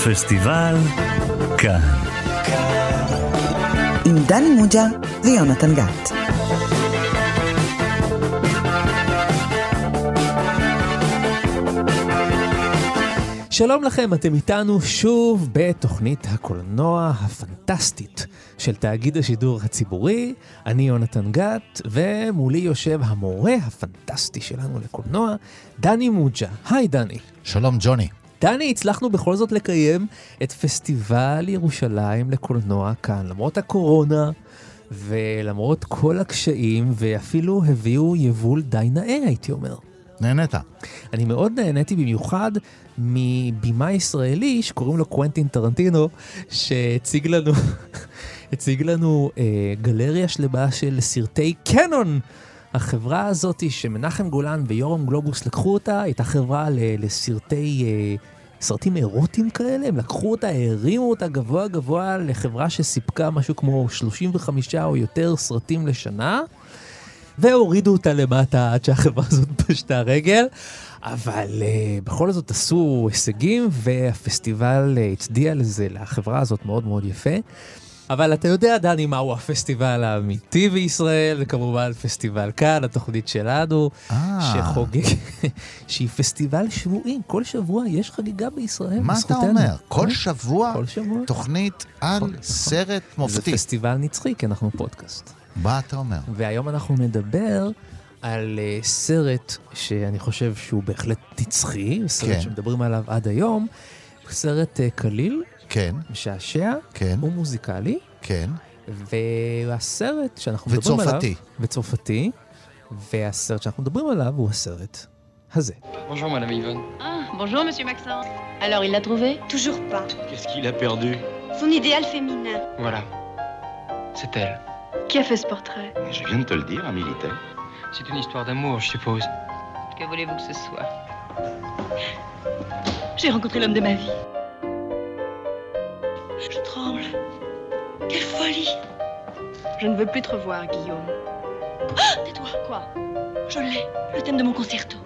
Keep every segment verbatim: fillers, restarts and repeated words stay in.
הפסטיבל כאן. עם דני מוג'ה ויונתן גת. שלום לכם, אתם איתנו שוב בתוכנית הקולנוע הפנטסטית של תאגיד השידור הציבורי. אני יונתן גת, ומולי יושב המורה הפנטסטי שלנו לקולנוע, דני מוג'ה. היי דני. שלום ג'וני. דני, הצלחנו בכל זאת לקיים את פסטיבל ירושלים לקולנוע כאן, למרות הקורונה ולמרות כל הקשיים, ואפילו הביאו יבול די נאה, הייתי אומר. נהנית. אני מאוד נהניתי במיוחד מבימה ישראלי שקוראים לו קוונטין טרנטינו, שהציג לנו, הציג לנו אה, גלריה שלמה של סרטי קנון. החברה הזאת שמנחם גולן ויורם גלובוס לקחו אותה, הייתה חברה ל- לסרטי, אה, סרטים אירוטיים כאלה, הם לקחו אותה, הרימו אותה גבוה גבוה לחברה שסיפקה משהו כמו שלושים וחמישה או יותר סרטים לשנה, והורידו אותה למטה עד שהחברה הזאת פשטה רגל, אבל uh, בכל זאת עשו הישגים, והפסטיבל uh, הצדיע לזה, לחברה הזאת מאוד מאוד יפה. אבל אתה יודע, דני, מהו הפסטיבל האמיתי בישראל? וכמובן פסטיבל כאן, התוכנית שלנו, שחוגג, שהיא פסטיבל שבועי. כל שבוע יש חגיגה בישראל. מה אתה אומר? כל שבוע? כל שבוע. תוכנית על סרט מופתי. זה פסטיבל נצחי, כי אנחנו פודקאסט. מה אתה אומר? והיום אנחנו נדבר על uh, סרט שאני חושב שהוא בהחלט נצחי, סרט כן. שמדברים עליו עד היום, סרט uh, קליל, כן. משעשע, כן. ומוזיקלי, כן. והסרט שאנחנו מדברים עליו... וצרפתי. וצרפתי, והסרט שאנחנו מדברים עליו הוא הסרט הזה. Bonjour madame Yvonne. Ah, bonjour monsieur Maxence. Alors il l'a trouvé? Toujours pas. Qu'est-ce qu'il a perdu? Son idéal féminin. Voilà. C'est elle. Qui a fait ce portrait? Je viens de te le dire, un militaire. C'est une histoire d'amour, je suppose. Que voulez-vous que ce soit? J'ai rencontré l'homme de ma vie. Je tremble. Quelle folie! Je ne veux plus te revoir, Guillaume. Ah, tais-toi. Quoi? Je l'ai, le thème de mon concerto.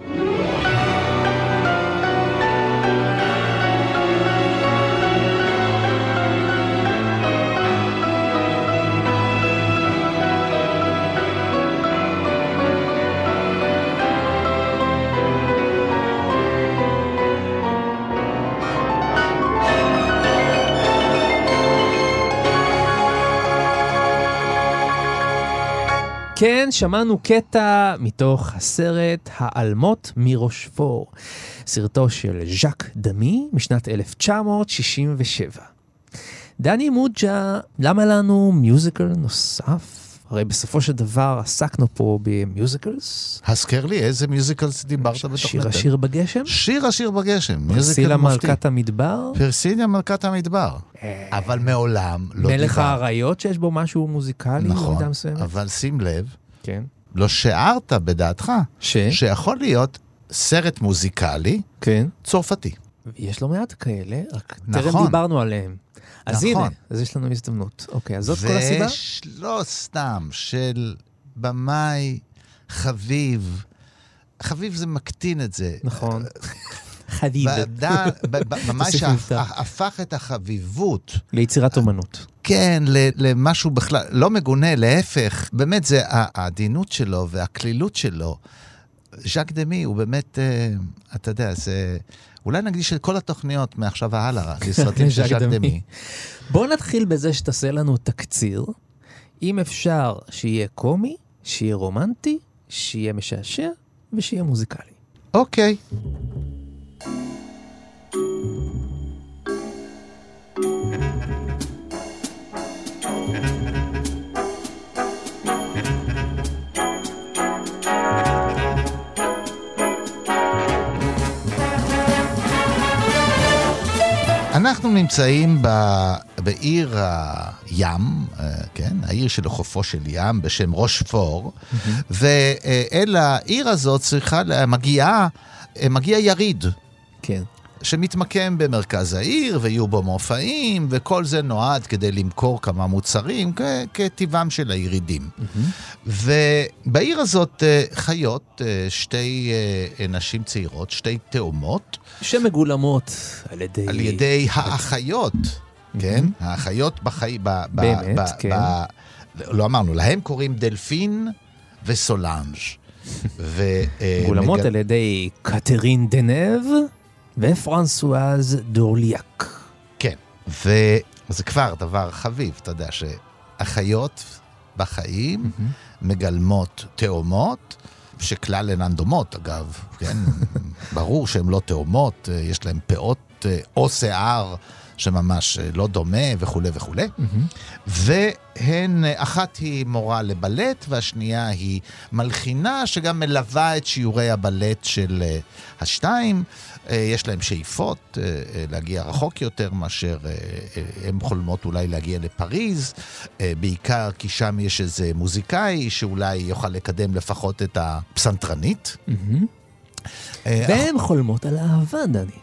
כן, שמענו קטע מתוך הסרט העלמות מרושפור, סרטו של ז'אק דמי משנת אלף תשע מאות שישים ושבע. דני מוג'ה, למה לנו מיוזיקל נוסף? הרי בסופו של דבר עסקנו פה במיוזיקלס. הזכר לי, איזה מיוזיקלס דיברת בתוכנית? שיר השיר בגשם? שיר השיר בגשם. פרסילה מלכת המדבר? פרסילה מלכת המדבר. אבל מעולם לא דיבר. מלך האריות שיש בו משהו מוזיקלי? נכון, אבל שים לב, כן. לא שערת בדעתך, ש? שיכול להיות סרט מוזיקלי כן. צרפתי. יש לו מעט כאלה, רק נכון. תרם דיברנו עליהם. אז נכון. הנה, אז יש לנו הזדמנות. אוקיי, אז זאת כל הסיבה? ולא סתם של במאי חביב. חביב זה מקטין את זה. נכון. חביב. במאי שהפך את החביבות. ליצירת אומנות. כן, למשהו בכלל, לא מגונה, להפך. באמת זה העדינות שלו והכלילות שלו. ז'אק דמי הוא באמת, אתה יודע, זה... אולי נקדיש את כל התוכניות מעכשיו והלאה, לסרטים של ז'אק דמי. בואו נתחיל בזה שתעשה לנו תקציר. אם אפשר שיהיה קומי, שיהיה רומנטי, שיהיה משעשע ושיהיה מוזיקלי. אוקיי. אנחנו נמצאים בעיר הים, כן, העיר של חופו של ים בשם רושפור, ואל העיר הזאת צריכה, מגיעה, מגיע יריד. כן. שמתמקם במרכז העיר, ויהיו בו מופעים, וכל זה נועד כדי למכור כמה מוצרים, כ- כטבעם של הירידים. Mm-hmm. ובעיר הזאת חיות שתי נשים צעירות, שתי תאומות. שמגולמות על ידי... על ידי האחיות, mm-hmm. כן? האחיות בחיים... ב- באמת, ב- כן. ב- לא אמרנו, להם קוראים דלפין וסולנג'. ו- מגולמות מג... על ידי קטרין דנב ופרנסואז דורליאק. כן, וזה כבר דבר חביב, אתה יודע, שאחיות בחיים mm-hmm. מגלמות תאומות, שכלל אינן דומות, אגב, כן? ברור שהן לא תאומות, יש להן פאות או שיער שממש לא דומה וכו' וכו'. Mm-hmm. והן, אחת היא מורה לבלט, והשנייה היא מלחינה, שגם מלווה את שיעורי הבלט של השתיים. יש להם שאיפות להגיע רחוק יותר מאשר הם חולמות אולי להגיע לפריז, בעיקר כי שם יש איזה מוזיקאי שאולי יוכל לקדם לפחות את הפסנתרנית. והם חולמות על אהבה, דני.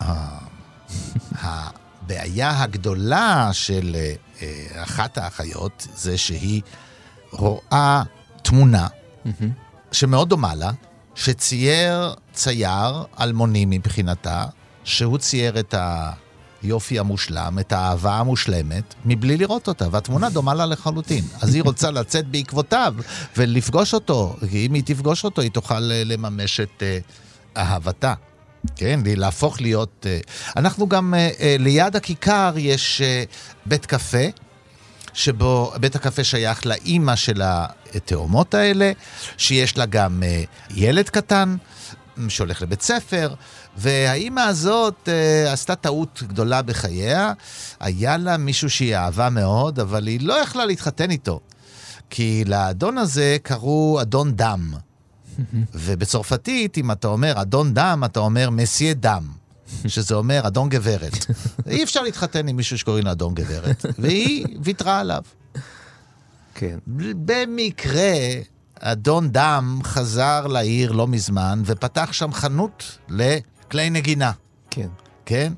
הבעיה הגדולה של אחת האחיות זה שהיא רואה תמונה שמאוד דומה לה, שצייר צייר אלמוני מבחינתה, שהוא צייר את היופי המושלם, את האהבה המושלמת, מבלי לראות אותה, והתמונה דומה לה לחלוטין. אז היא רוצה לצאת בעקבותיו ולפגוש אותו, כי אם היא תפגוש אותו, היא תוכל לממש את אהבתה. כן, להפוך להיות... אנחנו גם, ליד הכיכר יש בית קפה, שבו בית הקפה שייך לאימא של התאומות האלה, שיש לה גם ילד קטן, שהולך לבית ספר, והאימא הזאת עשתה טעות גדולה בחייה, היה לה מישהו שהיא אהבה מאוד, אבל היא לא יכלה להתחתן איתו, כי לאדון הזה קראו אדון דם, ובצרפתית, אם אתה אומר אדון דם, אתה אומר מסיה דם, שזה אומר אדון גברת. אי אפשר להתחתן עם מישהו שקוראים לה אדון גברת, והיא ויתרה עליו. כן. במקרה, אדון דם חזר לעיר לא מזמן, ופתח שם חנות לכלי נגינה. כן. כן?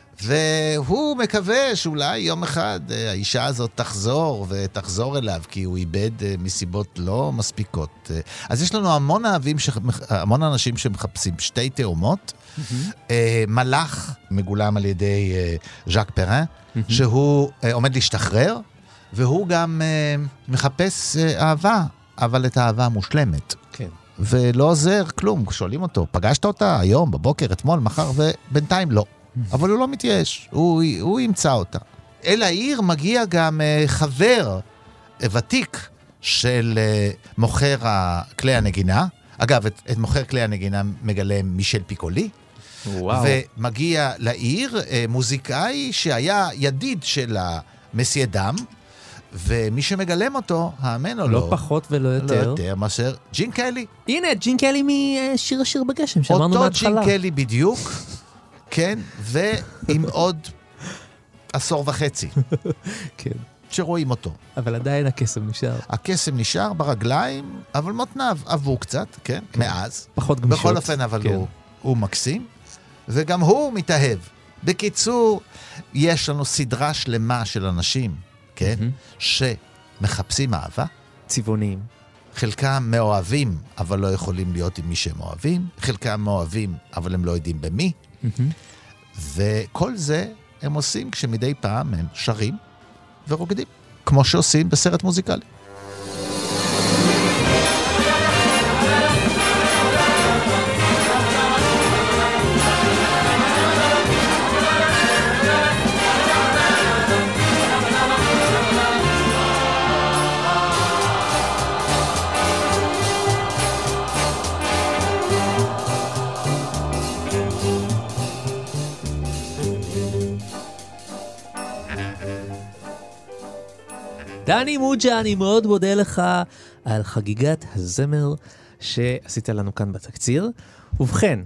והוא מקווה שאולי יום אחד האישה הזאת תחזור ותחזור אליו, כי הוא איבד מסיבות לא מספיקות. אז יש לנו המון אהבים, המון אנשים שמחפשים שתי תאומות. Mm-hmm. מלאך מגולם על ידי ז'אק פרן, mm-hmm. שהוא עומד להשתחרר, והוא גם מחפש אהבה, אבל את האהבה המושלמת. כן. ולא עוזר כלום, שואלים אותו, פגשת אותה היום, בבוקר, אתמול, מחר, ובינתיים לא. אבל הוא לא מתייאש, הוא, הוא ימצא אותה. אל העיר מגיע גם uh, חבר uh, ותיק של uh, מוכר כלי הנגינה. אגב, את, את מוכר כלי הנגינה מגלם מישל פיקולי. וואו. ומגיע לעיר uh, מוזיקאי שהיה ידיד של המסיה דם, ומי שמגלם אותו, האמן או לא, לא פחות ולא יותר. לא יותר מאשר ג'ין קלי. הנה, ג'ין קלי משיר השיר בגשם, שאמרנו מההתחלה. אותו ג'ין קלי בדיוק. כן, ועם עוד עשור וחצי. כן. שרואים אותו. אבל עדיין הקסם נשאר. הקסם נשאר ברגליים, אבל מותניו עברו קצת, כן? כן. מאז. פחות גמישות. בכל אופן, אבל כן. הוא, הוא מקסים, וגם הוא מתאהב. בקיצור, יש לנו סדרה שלמה של אנשים, כן? Mm-hmm. שמחפשים אהבה. צבעוניים. חלקם מאוהבים, אבל לא יכולים להיות עם מי שהם אוהבים. חלקם מאוהבים, אבל הם לא יודעים במי. וכל זה הם עושים כשמדי פעם הם שרים ורוקדים, כמו שעושים בסרט מוזיקלי. דני מוג'ה, אני מאוד מודה לך על חגיגת הזמר שעשית לנו כאן בתקציר. ובכן,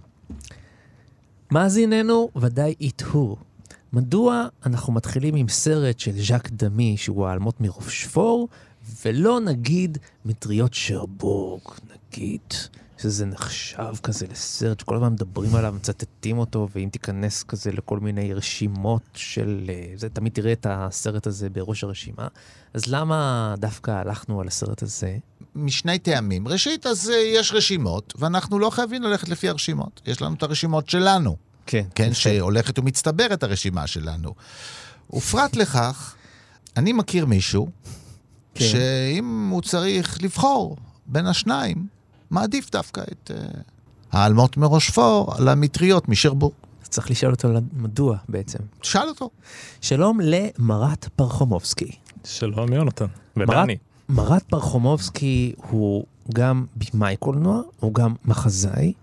מאזיננו ודאי איתו. מדוע אנחנו מתחילים עם סרט של ז'אק דמי, שהוא העלמות מרושפור, ולא נגיד מטריות שרבורג, נגיד שזה נחשב כזה לסרט, שכל הזמן מדברים עליו, מצטטים אותו, ואם תיכנס כזה לכל מיני רשימות של... זה, תמיד תראה את הסרט הזה בראש הרשימה. אז למה דווקא הלכנו על הסרט הזה? משני טעמים. ראשית, אז יש רשימות, ואנחנו לא חייבים ללכת לפי הרשימות. יש לנו את הרשימות שלנו. כן. כן, שהולכת ומצטברת הרשימה שלנו. ופרט לכך, אני מכיר מישהו, כן. שאם הוא צריך לבחור בין השניים, מעדיף דווקא את uh, העלמות מרושפור על המטריות משרבורג. צריך לשאול אותו מדוע בעצם. שאל אותו. שלום למרת פרחומובסקי. שלום יונתן, ודני. מרת פרחומובסקי הוא גם בימאי קולנוע, הוא גם מחזאי,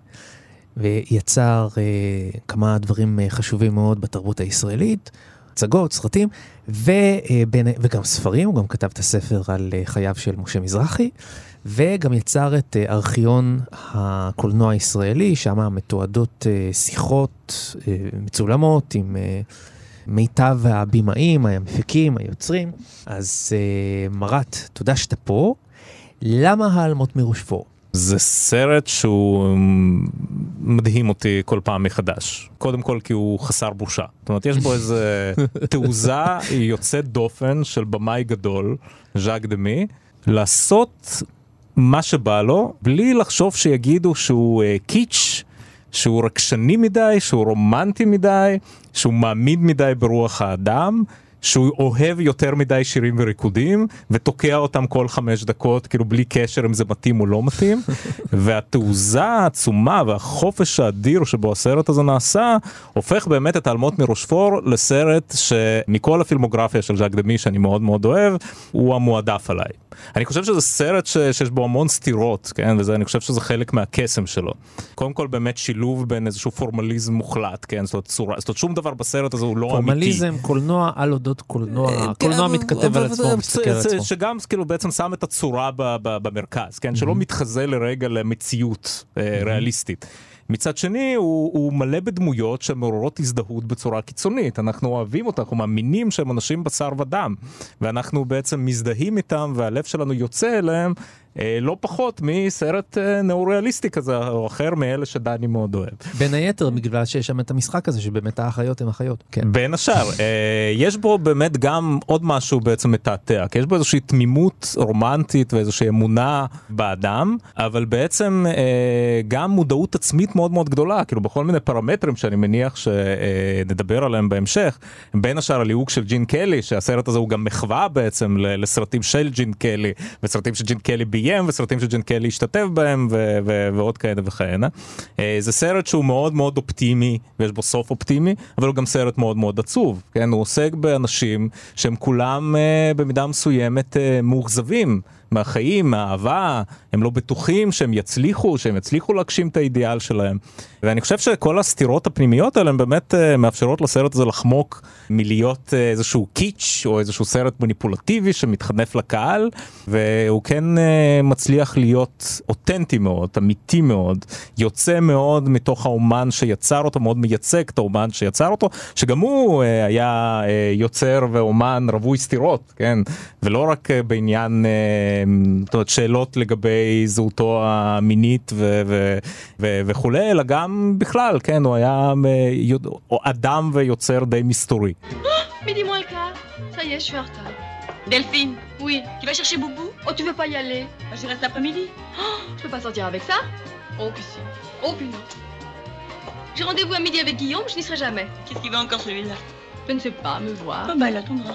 ויצר uh, כמה דברים uh, חשובים מאוד בתרבות הישראלית, הצגות, סרטים, ו, uh, בין, וגם ספרים, הוא גם כתב את הספר על uh, חייו של משה מזרחי, וגם יצר את uh, ארכיון הקולנוע הישראלי, שם מתועדות uh, שיחות uh, מצולמות עם uh, מיטב הבימאים, המפיקים, היוצרים. אז uh, מרת, תודה שאתה פה. למה העלמות מרושפור? זה סרט שהוא מדהים אותי כל פעם מחדש. קודם כל כי הוא חסר בושה. זאת אומרת, יש בו איזה תעוזה יוצאת דופן של במאי גדול, ז'אק דמי, לעשות מה שבא לו, בלי לחשוב שיגידו שהוא uh, קיץ', שהוא רגשני מדי, שהוא רומנטי מדי, שהוא מעמיד מדי ברוח האדם, שהוא אוהב יותר מדי שירים וריקודים, ותוקע אותם כל חמש דקות, כאילו בלי קשר אם זה מתאים או לא מתאים, והתעוזה העצומה והחופש האדיר שבו הסרט הזה נעשה, הופך באמת את העלמות מרושפור לסרט שמכל הפילמוגרפיה של ז'אק דמי, שאני מאוד מאוד אוהב, הוא המועדף עליי. אני חושב שזה סרט ש, שיש בו המון סתירות, כן? וזה, אני חושב שזה חלק מהקסם שלו. קודם כל באמת שילוב בין איזשהו פורמליזם מוחלט, כן? זאת אומרת, צורה, זאת אומרת, שום דבר בסרט הזה הוא לא אמיתי. פורמליזם, קולנוע, על אודות קולנוע, קולנוע מתכתב על עצמו, מסתכל על עצמו. שגם כאילו בעצם שם את הצורה במרכז, כן? שלא מתחזה לרגע למציאות ריאליסטית. מצד שני, הוא, הוא מלא בדמויות שמעוררות הזדהות בצורה קיצונית. אנחנו אוהבים אותם, אנחנו מאמינים שהם אנשים בשר ודם, ואנחנו בעצם מזדהים איתם, והלב שלנו יוצא אליהם, אה, לא פחות מסרט אה, נאו-ריאליסטי כזה, או אחר מאלה שדני מאוד אוהב. בין היתר, בגלל שיש שם את המשחק הזה, שבאמת האחיות הן אחיות. כן. בין השאר, אה, יש בו באמת גם עוד משהו בעצם מתעתע, כי יש בו איזושהי תמימות רומנטית, ואיזושהי אמונה באדם, אבל בעצם אה, גם מודעות עצמית מאוד מאוד גדולה, כאילו בכל מיני פרמטרים שאני מניח שנדבר עליהם בהמשך, בין השאר הליהוק של ג'ין קלי, שהסרט הזה הוא גם מחווה בעצם לסרטים של ג'ין קלי, וסרטים שג'ין קלי ביים, וסרטים שג'ין קלי השתתף בהם, ו- ו- ועוד כאלה וכהנה. זה סרט שהוא מאוד מאוד אופטימי, ויש בו סוף אופטימי, אבל הוא גם סרט מאוד מאוד עצוב, כן? הוא עוסק באנשים שהם כולם במידה מסוימת מאוכזבים, מהחיים, מהאהבה, הם לא בטוחים שהם יצליחו, שהם יצליחו להגשים את האידיאל שלהם. ואני חושב שכל הסתירות הפנימיות האלה, הן באמת מאפשרות לסרט הזה לחמוק מלהיות איזשהו קיץ' או איזשהו סרט מניפולטיבי שמתחנף לקהל, והוא כן מצליח להיות אותנטי מאוד, אמיתי מאוד, יוצא מאוד מתוך האומן שיצר אותו, מאוד מייצג את האומן שיצר אותו, שגם הוא היה יוצר ואומן רווי סתירות, כן? ולא רק בעניין זאת אומרת, שאלות לגבי זהותו המינית ו- ו- ו- וכולי, אלא גם בכלל, כן, הוא היה אדם ויוצר די מסתורי. Mais dis-moi le cas. Ça y est, je suis en retard. Delphine. Oui. Tu vas chercher Boubou? Oh, tu veux pas y aller? Bah, j'y reste l'après-midi. Oh, je peux pas sortir avec ça? Oh, puis si. Oh, puis non. J'ai rendez-vous à midi avec Guillaume, je n'y serai jamais. Qu'est-ce qu'il va encore celui-là? Je ne sais pas, me voir. Oh, bah, il attendra.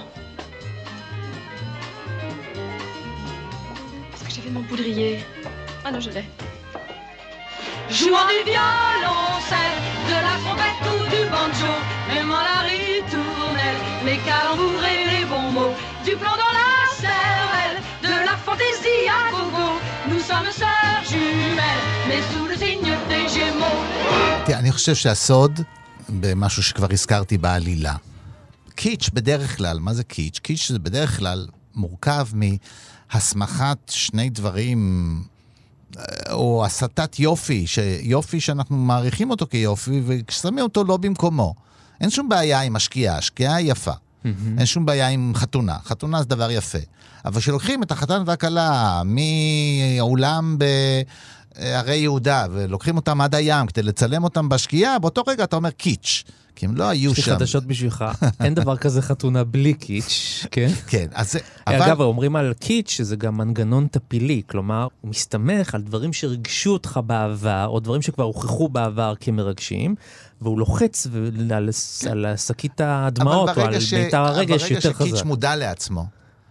Est-ce que j'ai fait mon poudrier? Ah non, je l'ai. Jouant du violoncelle, de la trompette ou du banjo, aimant la ritournelle, les calembours et les bons mots, du plomb dans la cervelle, de la fantaisie à gogo, nous sommes sœurs jumelles, mais sous le signe des Gémeaux. אני חושב שהסוד, במשהו שכבר הזכרתי בעלילה, קיץ' בדרך כלל, מה זה קיץ'? קיץ' זה בדרך כלל מורכב מהסמכת שני דברים, או הסתת יופי, שיופי שאנחנו מעריכים אותו כיופי, וכששמים אותו לא במקומו. אין שום בעיה עם השקיעה, השקיעה היא יפה. Mm-hmm. אין שום בעיה עם חתונה, חתונה זה דבר יפה. אבל כשלוקחים את החתן והכלה, מעולם הרי יהודה, ולוקחים אותם עד הים כדי לצלם אותם בשקיעה, באותו רגע אתה אומר קיץ', כי הם לא היו שם. יש לי חדשות בשבילך, אין דבר כזה חתונה בלי קיץ', כן? כן, אז זה... אגב, אומרים על קיץ' שזה גם מנגנון טפילי, כלומר, הוא מסתמך על דברים שרגשו אותך בעבר, או דברים שכבר הוכחו בעבר כמרגשים, והוא לוחץ על שקית הדמעות, או על ביתר הרגש יותר חזק. אבל ברגע שקיץ' מודע לעצמו,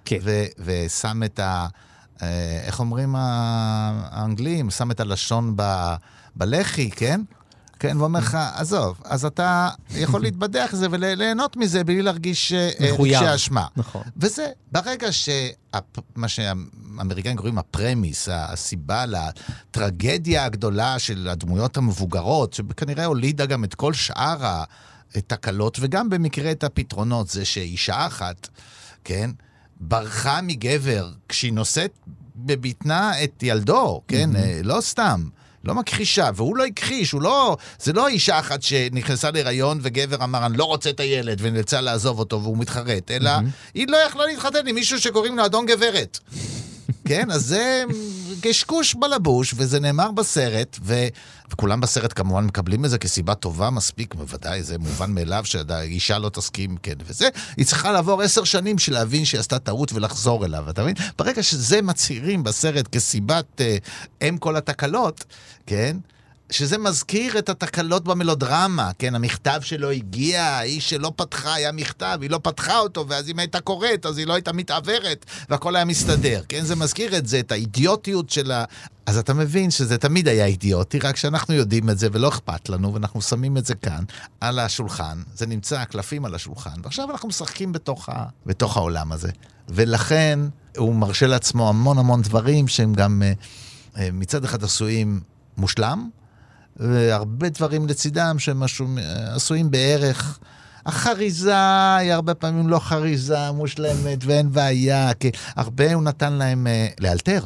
ושם את ה... איך אומרים האנגלים? שם את הלשון בלחי, כן? כן, ואומר לך, עזוב, אז אתה יכול להתבדח זה וליהנות מזה בלי להרגיש רגשי אשמה. נכון. וזה, ברגע שמה שהאמריקאים קוראים הפרמיס, הסיבה לטרגדיה הגדולה של הדמויות המבוגרות, שכנראה הולידה גם את כל שאר התקלות, וגם במקרה את הפתרונות, זה שאישה אחת, כן, ברחה מגבר כשהיא נושאת בבטנה את ילדו, כן, לא סתם. לא מכחישה, והוא לא הכחיש, הוא לא, זה לא אישה אחת שנכנסה להיריון וגבר אמר, אני לא רוצה את הילד ונרצה לעזוב אותו והוא מתחרט, אלא היא לא יכלה להתחתן עם מישהו שקוראים לה אדון גברת. כן, אז זה קשקוש בלבוש, וזה נאמר בסרט, ו... וכולם בסרט כמובן מקבלים את זה כסיבה טובה מספיק, בוודאי, זה מובן מאליו שהאישה לא תסכים, כן, וזה, היא צריכה לעבור עשר שנים של להבין שהיא עשתה טעות ולחזור אליו, אתה מבין? ברגע שזה מצהירים בסרט כסיבת אה, אם כל התקלות, כן, שזה מזכיר את התקלות במלודרמה, כן, המכתב שלו הגיע, האיש שלא פתחה, היה מכתב, היא לא פתחה אותו, ואז אם הייתה קוראת, אז היא לא הייתה מתעברת, והכל היה מסתדר, כן, זה מזכיר את זה, את האידיוטיות של ה... אז אתה מבין שזה תמיד היה אידיוטי, רק שאנחנו יודעים את זה ולא אכפת לנו, ואנחנו שמים את זה כאן, על השולחן, זה נמצא הקלפים על השולחן, ועכשיו אנחנו משחקים בתוך, ה... בתוך העולם הזה, ולכן הוא מרשה לעצמו המון המון דברים, שהם גם מצד אחד עשויים מושלם, והרבה דברים לצידם שהם עשויים בערך. החריזה היא הרבה פעמים לא חריזה מושלמת ואין בעיה, כי הרבה הוא נתן להם לאלתר.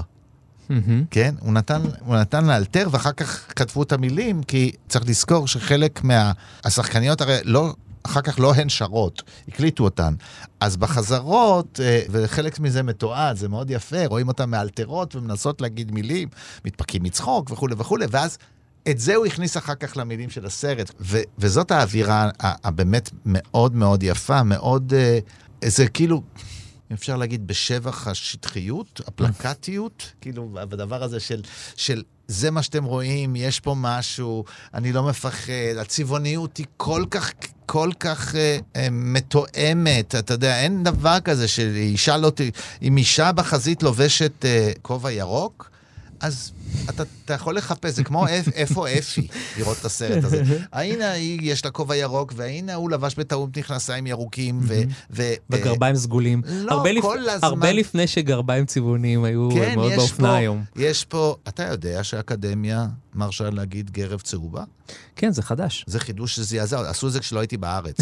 כן? הוא נתן, הוא נתן לאלתר ואחר כך כתבו את המילים, כי צריך לזכור שחלק מהשחקניות הרי לא... אחר כך לא הן שרות, הקליטו אותן. אז בחזרות, וחלק מזה מתועד, זה מאוד יפה, רואים אותן מאלתרות ומנסות להגיד מילים, מתפקים מצחוק וכו' וכו', ואז את זה הוא הכניס אחר כך למילים של הסרט, ו- וזאת האווירה הבאמת מאוד מאוד יפה, מאוד, זה כאילו, אפשר להגיד בשבח השטחיות, הפלקטיות, כאילו, בדבר הזה של, של זה מה שאתם רואים, יש פה משהו, אני לא מפחד, הצבעוניות היא כל כך, כל כך אה, אה, מתואמת, אתה יודע, אין דבר כזה שאישה לא, אם אישה בחזית לובשת אה, כובע ירוק, אז אתה, אתה יכול לחפש, זה כמו איפה אפי, לראות את הסרט הזה. הנה היא, יש לה כובע ירוק, והנה הוא לבש בטעות מכנסיים ירוקים, ו... ו וגרביים סגולים. לא, הרבה כל לפ... הזמן... הרבה לפני שגרביים צבעוניים היו כן, מאוד באופנה פה, היום. יש פה, אתה יודע שהאקדמיה מרשה להגיד גרב צהובה? כן, זה חדש. זה חידוש שזה יעזר, עשו את זה כשלא הייתי בארץ.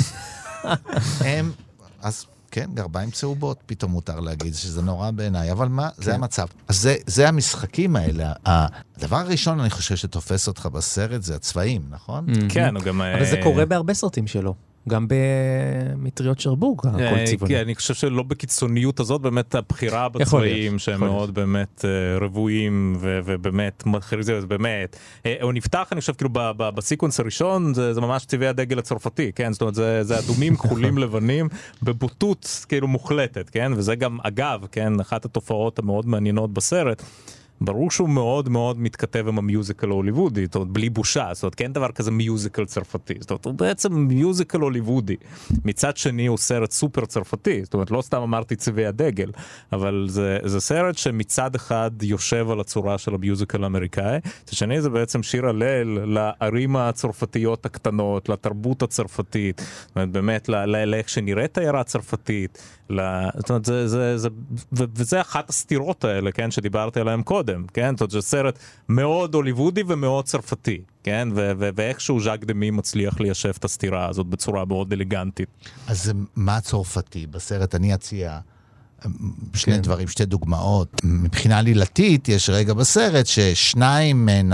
הם, אז... כן, גרביים צהובות, פתאום מותר להגיד שזה נורא בעיניי, אבל מה? כן. זה המצב. אז זה, זה המשחקים האלה. הדבר הראשון, אני חושב שתופס אותך בסרט, זה הצבעים, נכון? Mm-hmm. כן, גם... אבל זה קורה בהרבה סרטים שלו. גם במטריות שרבוג, הכל צבעוני. כן, אני חושב שלא בקיצוניות הזאת, באמת הבחירה בצבעים, שהם מאוד באמת רבועים, ובאמת, זה באמת. הוא נפתח, אני חושב, כאילו, בסיקוונס הראשון, זה ממש צבעי הדגל הצרפתי, כן? זאת אומרת, זה אדומים, כחולים, לבנים, בבוטות, כאילו, מוחלטת, כן? וזה גם, אגב, כן, אחת התופעות המאוד מעניינות בסרט, ברור שהוא מאוד מאוד מתכתב עם המיוזיקל ההוליוודי, זאת אומרת, בלי בושה, זאת אומרת, כן דבר כזה מיוזיקל צרפתי, זאת אומרת, הוא בעצם מיוזיקל הוליוודי. מצד שני הוא סרט סופר צרפתי, זאת אומרת, לא סתם אמרתי צבעי הדגל, אבל זה, זה סרט שמצד אחד יושב על הצורה של המיוזיקל האמריקאי, מצד שני זה בעצם שיר הלל לערים הצרפתיות הקטנות, לתרבות הצרפתית, זאת אומרת, באמת, לאיך שנראית העיירה הצרפתית, זאת אומרת, זה, זה, זה, וזה אחת הסתירות האלה, כן, שדיברתי עליהם קודם, כן, זאת אומרת, זה סרט מאוד הוליוודי ומאוד צרפתי, כן, ו- ו- ואיכשהו ז'אק דמי מצליח ליישב את הסתירה הזאת בצורה מאוד אלגנטית. אז מה צרפתי? בסרט אני אציע שני כן. דברים, שתי דוגמאות. מבחינה לילתית, יש רגע בסרט ששניים מן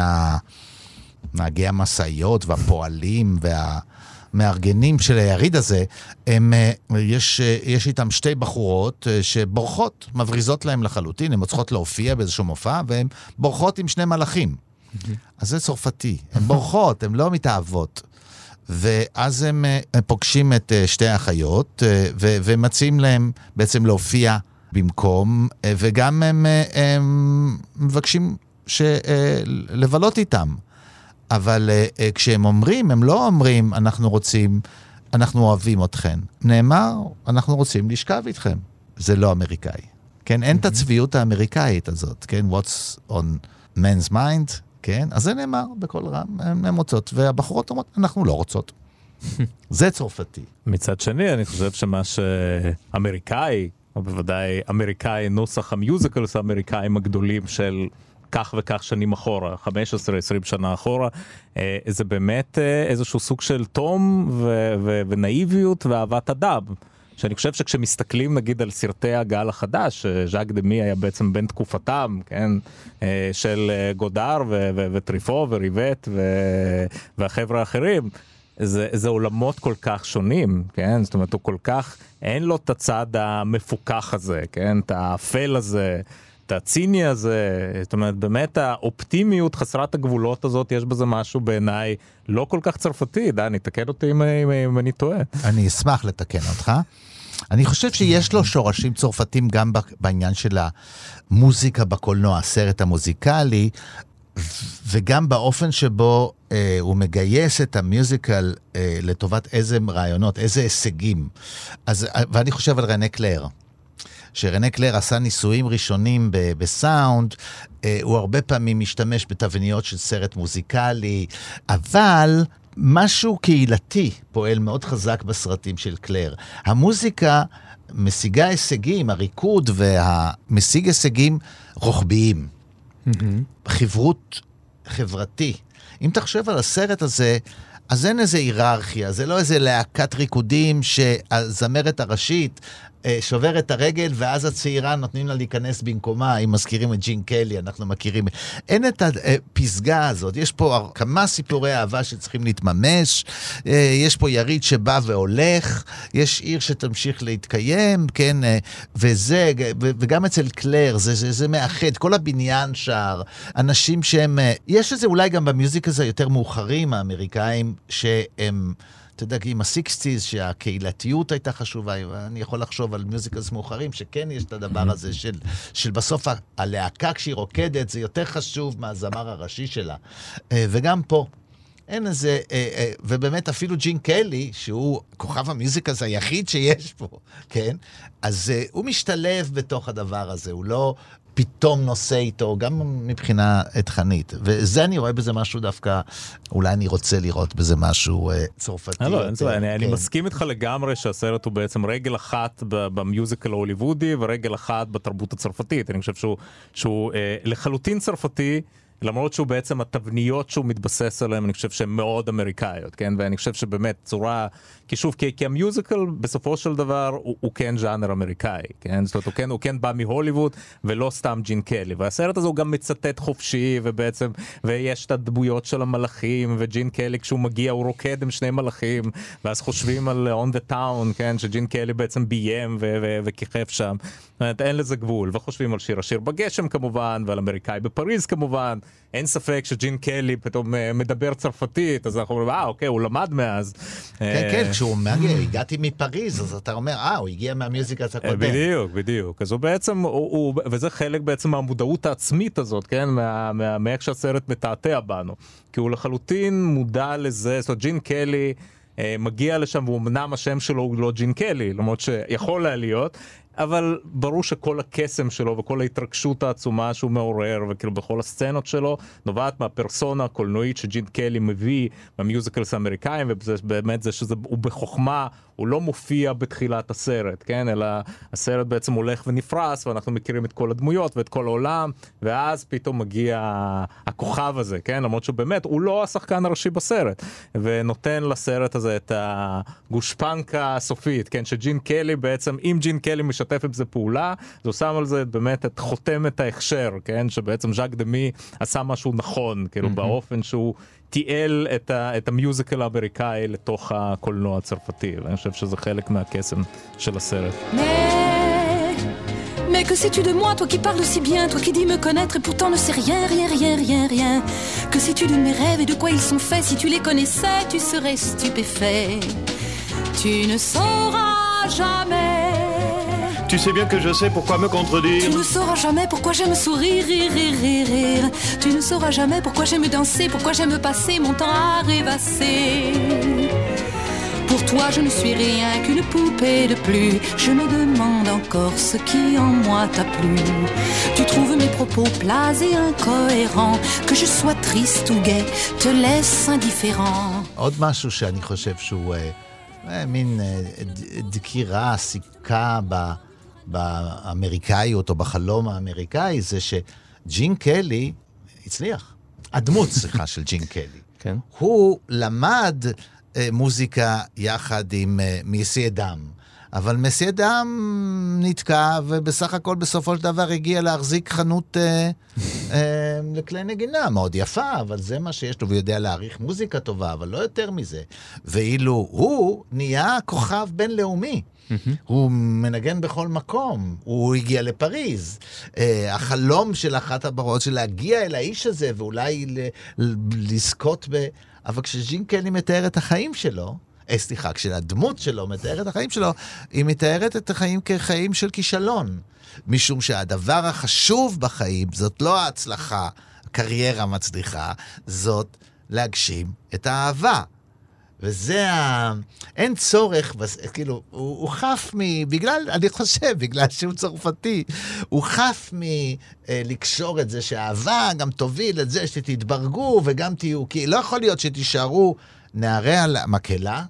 נהגי המשאיות והפועלים וה... מארגנים של היריד הזה, הם, יש, יש איתם שתי בחורות שבורחות, מבריזות להם לחלוטין, הן צריכות להופיע באיזשהו מופע, והן בורחות עם שני מלאכים. אז זה צרפתי. הן בורחות, הן לא מתאהבות. ואז הם, הם פוגשים את שתי האחיות, ו- ומציעים להם בעצם להופיע במקום, וגם הם, הם מבקשים ש- לבלות איתם. אבל כשהם אומרים, הם לא אומרים, אנחנו רוצים, אנחנו אוהבים אתכם. נאמר, אנחנו רוצים לשכב איתכם. זה לא אמריקאי. כן, אין את הצביעות האמריקאית הזאת, כן? What's on man's mind, כן? אז זה נאמר בכל רם, הן רוצות, והבחורות אומרות, אנחנו לא רוצות. זה צרפתי. מצד שני, אני חושב שמה שאמריקאי, או בוודאי אמריקאי, נוסח המיוזיקלס האמריקאים הגדולים של כך וכך שנים אחורה, חמש עשרה עשרים שנה אחורה, זה באמת איזשהו סוג של תום ו- ו- ונאיביות ואהבת אדם. שאני חושב שכשמסתכלים נגיד על סרטי הגל החדש, ז'אק דמי היה בעצם בין תקופתם, כן, של גודר ו- ו- וטריפו וריבט ו- והחבר'ה האחרים, זה, זה עולמות כל כך שונים, כן, זאת אומרת הוא כל כך, אין לו את הצד המפוקח הזה, כן, את האפל הזה, את הציני הזה, זאת אומרת באמת האופטימיות חסרת הגבולות הזאת, יש בזה משהו בעיניי לא כל כך צרפתי, דני, תקן אותי אם, אם, אם אני טועה. אני אשמח לתקן אותך. אני חושב שיש לו שורשים צרפתים גם בעניין של המוזיקה בקולנוע, הסרט המוזיקלי, וגם באופן שבו אה, הוא מגייס את המיוזיקל אה, לטובת איזה רעיונות, איזה הישגים. אז, ואני חושב על רנה קלר. שרנה קלר עשה ניסויים ראשונים ב- בסאונד, אה, הוא הרבה פעמים משתמש בתבניות של סרט מוזיקלי, אבל משהו קהילתי פועל מאוד חזק בסרטים של קלר. המוזיקה משיגה הישגים, הריקוד והמשיג הישגים רוחביים. חברות חברתי. אם תחשב על הסרט הזה, אז אין איזה היררכיה, זה לא איזה להקת ריקודים שהזמרת הראשית שוברת את הרגל, ואז הצעירה נותנים לה להיכנס במקומה, אם מזכירים את ג'ין קלי, אנחנו מכירים. אין את הפסגה הזאת, יש פה כמה סיפורי אהבה שצריכים להתממש, יש פה יריד שבא והולך, יש עיר שתמשיך להתקיים, כן, וזה, וגם אצל קלר, זה, זה, זה מאחד, כל הבניין שר, אנשים שהם, יש איזה אולי גם במיוזיק הזה יותר מאוחרים, האמריקאים, שהם, אתה יודע, עם ה-סיקסטיז, שהקהילתיות הייתה חשובה, אני יכול לחשוב על מיוזיקלס מאוחרים, שכן יש את הדבר הזה של, של בסוף הלהקה כשהיא רוקדת, זה יותר חשוב מהזמר הראשי שלה. וגם פה, אין איזה, ובאמת אפילו ג'ין קלי, שהוא כוכב המיוזיקלס היחיד שיש פה, כן? אז הוא משתלב בתוך הדבר הזה, הוא לא פתאום נושא איתו, גם מבחינה תכנית. וזה אני רואה בזה משהו דווקא, אולי אני רוצה לראות בזה משהו צרפתי. אני מסכים איתך לגמרי שהסרט הוא בעצם רגל אחת במיוזיקל ההוליוודי, ורגל אחת בתרבות הצרפתית. אני חושב שהוא לחלוטין צרפתי, למרות שהוא בעצם התבניות שהוא מתבסס עליהם, אני חושב שהן מאוד אמריקאיות, כן? ואני חושב שבאמת צורה, כי שוב, כי, כי המיוזיקל בסופו של דבר הוא, הוא כן ז'אנר אמריקאי, כן? זאת אומרת, הוא כן, הוא כן בא מהוליווד ולא סתם ג'ין קלי. והסרט הזה הוא גם מצטט חופשי, ובעצם, ויש את הדמויות של המלאכים, וג'ין קלי כשהוא מגיע הוא רוקד עם שני מלאכים, ואז חושבים על On the Town, כן? שג'ין קלי בעצם ביים ו- ו- וכיכף שם. זאת אומרת, אין לזה גבול. וחושבים על שיר השיר בגשם כמובן, ועל אמריקאי בפריז כמובן. אין ספק שג'ין קלי פתאום מדבר צרפתית, אז אנחנו אומרים, אה, אוקיי, הוא למד מאז. כן, כן, כשהוא מגיע, הגעתי מפריז, אז אתה אומר, אה, הוא הגיע מהמיוזיקה הקודם. בדיוק, בדיוק. אז הוא בעצם, וזה חלק בעצם מהמודעות העצמית הזאת, כן, מאיך שהסרט מתעתע בנו. כי הוא לחלוטין מודע לזה, זאת אומרת, ג'ין קלי מגיע לשם, והוא אמנם השם שלו הוא לא ג'ין קלי, למרות שיכול לה להיות, אבל ברור שכל הקסם שלו וכל ההתרגשות העצומה שהוא מעורר, וכאילו בכל הסצנות שלו, נובעת מהפרסונה הקולנועית שג'ין קלי מביא במיוזיקלס האמריקאים, ובאמת זה שזה, הוא בחוכמה, הוא לא מופיע בתחילת הסרט, כן? אלא הסרט בעצם הולך ונפרס, ואנחנו מכירים את כל הדמויות ואת כל העולם, ואז פתאום מגיע הכוכב הזה, כן? למרות שבאמת הוא לא השחקן הראשי בסרט, ונותן לסרט הזה את הגושפנקה הסופית, כן? שג'ין קלי בעצם, אם ג'ין קלי משתף עם זה פעולה, אז הוא שם על זה באמת את חותמת ההכשר, כן? שבעצם ז'אק דמי עשה משהו נכון, כאילו mm-hmm. באופן שהוא תיאל את, ה, את המיוזיקל האמריקאי לתוך הקולנוע הצרפתי, ואני חושב שזה חלק מהקסם של הסרט. Mais que sais-tu de moi, toi qui parles si bien, toi qui dis me connaître et pourtant ne sais rien, rien, rien, rien, rien. Que sais-tu de mes rêves et de quoi ils sont faits? Si tu les connaissais, tu serais stupéfait. Tu ne sauras jamais. Tu sais bien que je sais pourquoi me contredire. Tu ne sauras jamais pourquoi j'aime sourire, rire, rire, rire, rire. Tu ne sauras jamais pourquoi j'aime danser, pourquoi j'aime passer mon temps à rêvasser. Pour toi je ne suis rien qu'une poupée de plus. Je me demande encore ce qui en moi t'a plu. Tu trouves mes propos plats et incohérents. Que je sois triste ou gai, te laisse indifférent. עוד משהו שאני חושב שהוא אה, מין אה, דקירה, סיכה ב, באמריקאיות או בחלום האמריקאי, זה שג'ין קלי הצליח. הדמות, סליחה, של ג'ין קלי. כן. הוא למד מוזיקה יחד עם מסי אדם, אבל מסי אדם נתקע, ובסך הכל בסופו של דבר הגיע להחזיק חנות אה, אה, לכלי נגינה, מאוד יפה, אבל זה מה שיש לו, ויודע להעריך מוזיקה טובה, אבל לא יותר מזה. ואילו הוא נהיה כוכב בינלאומי. Mm-hmm. הוא מנגן בכל מקום, הוא הגיע לפריז. אה, החלום של אחת הברות של להגיע אל האיש הזה, ואולי ל- ל- לזכות ב... אבל כשז'ין קלי מתאר את החיים שלו, אה, סליחה, כשהדמות שלו מתאר את החיים שלו, היא מתארת את החיים כחיים של כישלון. משום שהדבר החשוב בחיים, זאת לא ההצלחה, הקריירה מצליחה, זאת להגשים את האהבה. וזה ה... אין צורך, כאילו, הוא, הוא חף מ... בגלל, אני חושב, בגלל שהוא צרפתי, הוא חף מ... לקשור את זה שהאהבה גם תוביל את זה שתתברגו וגם תהיו, כי לא יכול להיות שתישארו נערי על המקהלה,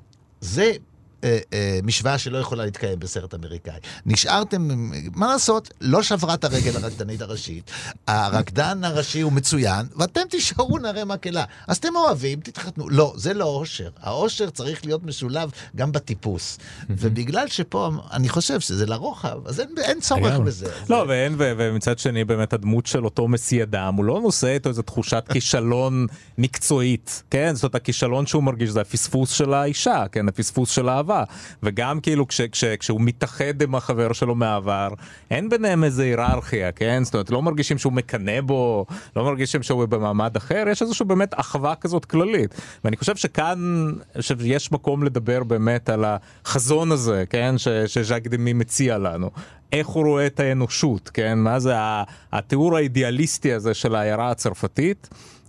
זה אה, אה, משוואה שלא יכולה להתקיים בסרט אמריקאי. נשארתם, מה לעשות? לא שברה את הרגל הרקדנית הראשית, הרקדן הראשי הוא מצוין, ואתם תישארו נערי מקהלה. אז אתם אוהבים, תתחתנו. לא, זה לא אושר. האושר צריך להיות משולב גם בטיפוס. ובגלל שפה, אני חושב שזה לרוחב, אז אין, אין צורך בזה. לא, ואין, ומצד שני, באמת הדמות של אותו מסי אדם, הוא לא נושא איתו איזו תחושת כישלון מקצועית, כן? זאת אומרת, הכישלון שהוא מרגיש, זה הפספוס של האישה, כן? הפספוס של האהבה. וגם כאילו כש, כש, כשהוא מתאחד עם החבר שלו מהעבר, אין ביניהם איזו היררכיה, כן? זאת אומרת, לא מרגישים שהוא מקנה בו, לא מרגישים שהוא במעמד אחר, יש איזושהי באמת אחווה כזאת כללית. ואני חושב שכאן, שיש מקום לדבר באמת על החזון הזה, כן? ש, שז'אק דמי מציע לנו. איך הוא רואה את האנושות, כן? מה זה התיאור האידיאליסטי הזה של העיירה הצרפתית,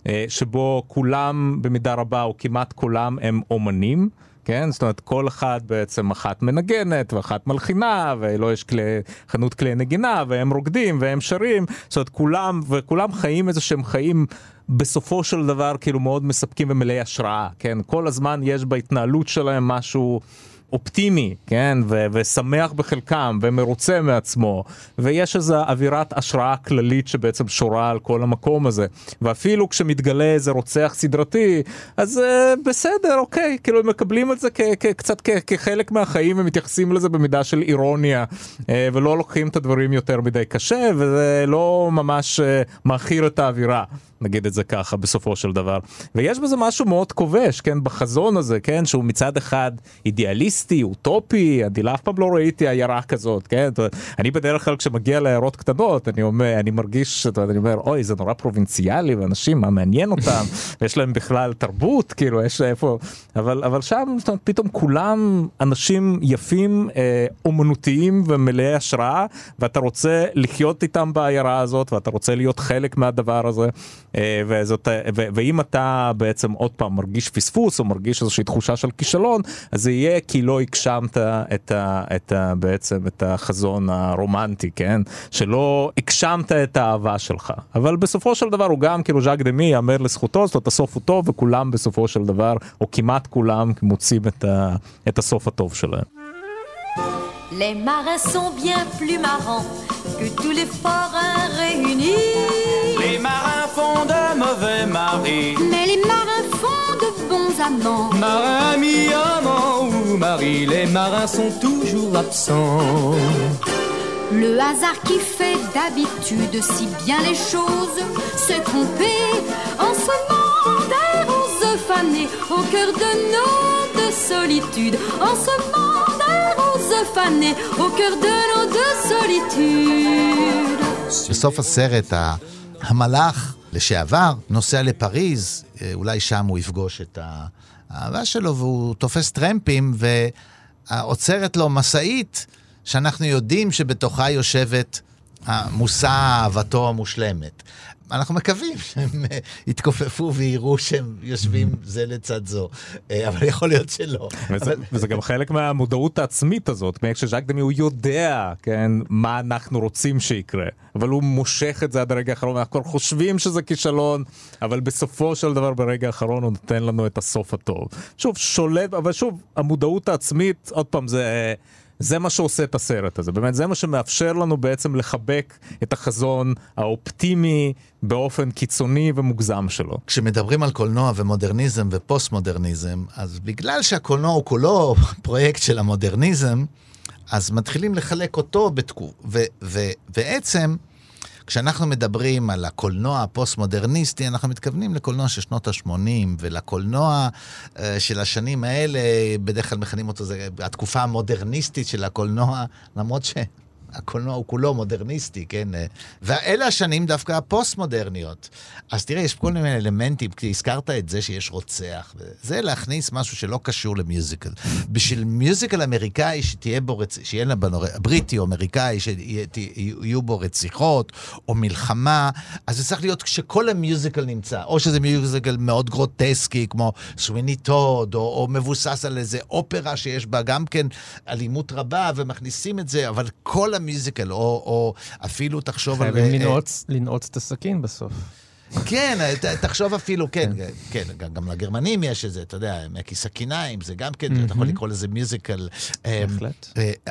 שבו כולם במידה רבה, או כמעט כולם, הם אומנים, כן? זאת אומרת, כל אחד בעצם אחת מנגנת, ואחת מלחינה, ולא יש כלי, חנות כלי נגינה, והם רוקדים, והם שרים, זאת אומרת, כולם, וכולם חיים איזה שהם חיים בסופו של דבר, כאילו מאוד מספקים ומלאי השראה, כן? כל הזמן יש בהתנהלות שלהם משהו אופטימי, כן? ו- ושמח בחלקם, ומרוצה מעצמו, ויש איזו אווירת השראה כללית שבעצם שורה על כל המקום הזה. ואפילו כשמתגלה איזה רוצח סדרתי, אז uh, בסדר, אוקיי, כאילו הם מקבלים את זה כ- כ- קצת כ- כחלק מהחיים, ומתייחסים לזה במידה של אירוניה, uh, ולא לוקחים את הדברים יותר מדי קשה, וזה לא ממש uh, מאחיר את האווירה. נגיד את זה ככה בסופו של דבר. ויש בזה משהו מאוד כובש, כן, בחזון הזה, כן, שהוא מצד אחד אידיאליסטי, אוטופי, אני אף פעם לא ראיתי עיירה כזאת, כן, אני בדרך כלל כשמגיע לעיירות קטנות, אני אומר, אני מרגיש, אני אומר, אוי, זה נורא פרובינציאלי, ואנשים, מה מעניין אותם, ויש להם בכלל תרבות, כאילו, יש איפה, אבל, אבל שם, פתאום כולם אנשים יפים, אה, אומנותיים ומלאי השראה, ואתה רוצה לחיות איתם בעיירה הזאת, ואתה רוצה להיות חלק מהדבר הזה, וזאת, ו, ואם אתה בעצם עוד פעם מרגיש פספוס או מרגיש איזושהי תחושה של כישלון, אז זה יהיה כי לא הגשמת את ה, את ה, בעצם את החזון הרומנטי, כן? שלא הגשמת את האהבה שלך. אבל בסופו של דבר הוא גם, כאילו ז'אק דמי יאמר לזכותו, זאת אומרת הסוף הוא טוב, וכולם בסופו של דבר, או כמעט כולם, מוצאים את, ה, את הסוף הטוב שלהם. Les marins sont bien plus marrants que tous les forains réunis. Les marins font de mauvais maris, mais les marins font de bons amants. Marins, amis, amants ou maris, les marins sont toujours absents. Le hasard qui fait d'habitude si bien les choses s'est trompé en semant des roses fanées au cœur de nos de solitude, en semant des roses faner au cœur de nos deux solitudes. בסוף הסרט, המלאך לשעבר נוסע לפריז, אולי שם הוא יפגוש את האהבה שלו, והוא תופס טרמפים, ועוצרת לו מסעית, שאנחנו יודעים שבתוכה יושבת המושא אהבתו המושלמת. אנחנו מקווים שהם יתכופפו ויראו שהם יושבים זה לצד זו, אבל יכול להיות שלא. וזה, אבל... וזה גם חלק מהמודעות העצמית הזאת, כשז'אק דמי הוא יודע, כן, מה אנחנו רוצים שיקרה, אבל הוא מושך את זה עד הרגע האחרון, אנחנו חושבים שזה כישלון, אבל בסופו של דבר ברגע האחרון הוא נותן לנו את הסוף הטוב. שוב, שולב, אבל שוב, המודעות העצמית, עוד פעם, זה... זה מה שעושה את הסרט הזה, באמת זה מה שמאפשר לנו בעצם לחבק את החזון האופטימי באופן קיצוני ומוגזם שלו. כשמדברים על קולנוע ומודרניזם ופוסט-מודרניזם, אז בגלל שהקולנוע הוא כולו פרויקט של המודרניזם, אז מתחילים לחלק אותו בתקו, ובעצם כשאנחנו מדברים על הקולנוע הפוסט-מודרניסטי, אנחנו מתכוונים לקולנוע של שנות ה-שמונים, ולקולנוע uh, של השנים האלה, בדרך כלל מכנים אותו, זה התקופה המודרניסטית של הקולנוע, למרות שהקולנוע הוא כולו מודרניסטי, כן? ואלה השנים דווקא הפוסט-מודרניות. אז תראה, יש כל מיני אלמנטים, כי הזכרת את זה שיש רוצח, וזה להכניס משהו שלא קשור למיוזיקל. בשביל מיוזיקל אמריקאי שתהיה בו רצ... שיהיה לה בנור... בריטי או אמריקאי, שיהיו בו רציחות או מלחמה, אז זה צריך להיות שכל המיוזיקל נמצא, או שזה מיוזיקל מאוד גרוטסקי, כמו סוויני טוד, או, או מבוסס על איזה אופרה שיש בה גם כן אלימות רבה, ומכניסים את זה, אבל כל המיוזיקל, או, או אפילו תחשוב על... חייבים לנעוץ, לנעוץ את הסכין בסוף. כן, תחשוב אפילו, כן, כן, גם לגרמנים יש את זה, אתה יודע, מקי סכיניים, זה גם כן, אתה יכול לקרוא לזה מיוזיקל. בהחלט.